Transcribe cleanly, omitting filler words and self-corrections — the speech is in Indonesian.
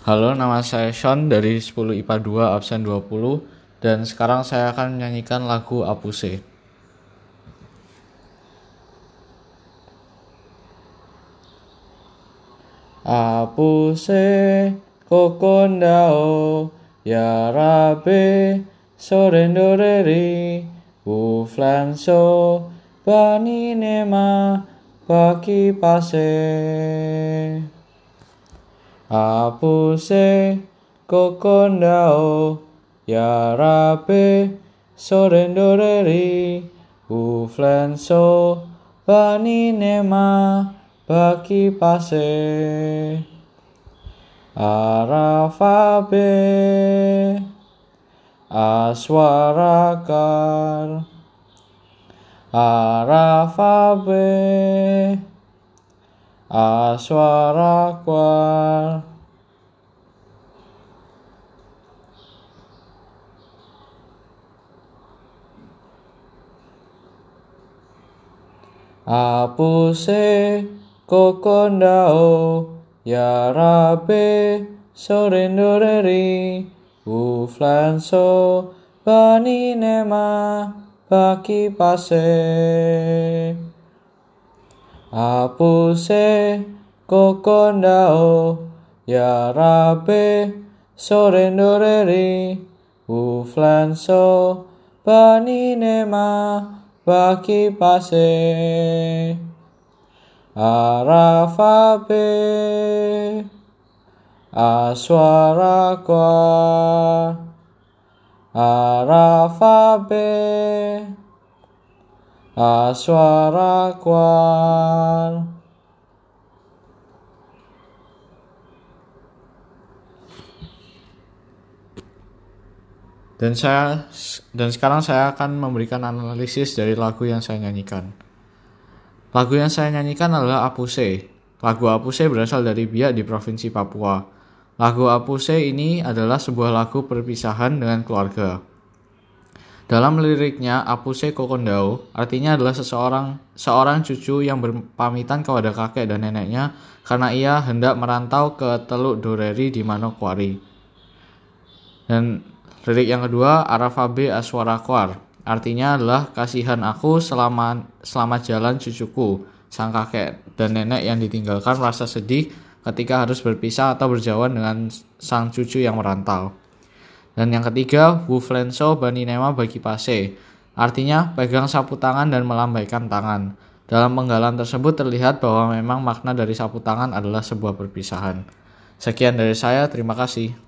Halo, nama saya Sean dari 10 IPA 2 absen 20 dan sekarang saya akan menyanyikan lagu Apuse. Apuse kokondao yarabe sorendoreri uflanso baninema baki pase. Apuse kokondao yarabe sorendoreri uflenso baninema baki pase. Arafabe aswarakar arafabe aswarakwar apuse kokondao yarabe sorendoreri uflanso baninema baki pase. Apuse kokondao yarabe sorendoreri uflanso baninema baki pase. Arafabe aswarakwar arafabe aswarakwar. Dan sekarang saya akan memberikan analisis dari lagu yang saya nyanyikan. Lagu yang saya nyanyikan adalah Apuse. Lagu Apuse berasal dari Biak di Provinsi Papua. Lagu Apuse ini adalah sebuah lagu perpisahan dengan keluarga. Dalam liriknya, Apuse kokondao artinya adalah seorang cucu yang berpamitan kepada kakek dan neneknya karena ia hendak merantau ke Teluk Doreri di Manokwari. Dan lirik yang kedua, Arafabe aswarakwar, artinya adalah kasihan aku selamat jalan cucuku. Sang kakek dan nenek yang ditinggalkan merasa sedih ketika harus berpisah atau berjauhan dengan sang cucu yang merantau. Dan yang ketiga, Wuflenso baninema bagi pase, artinya pegang sapu tangan dan melambaikan tangan. Dalam penggalan tersebut terlihat bahwa memang makna dari sapu tangan adalah sebuah perpisahan. Sekian dari saya, terima kasih.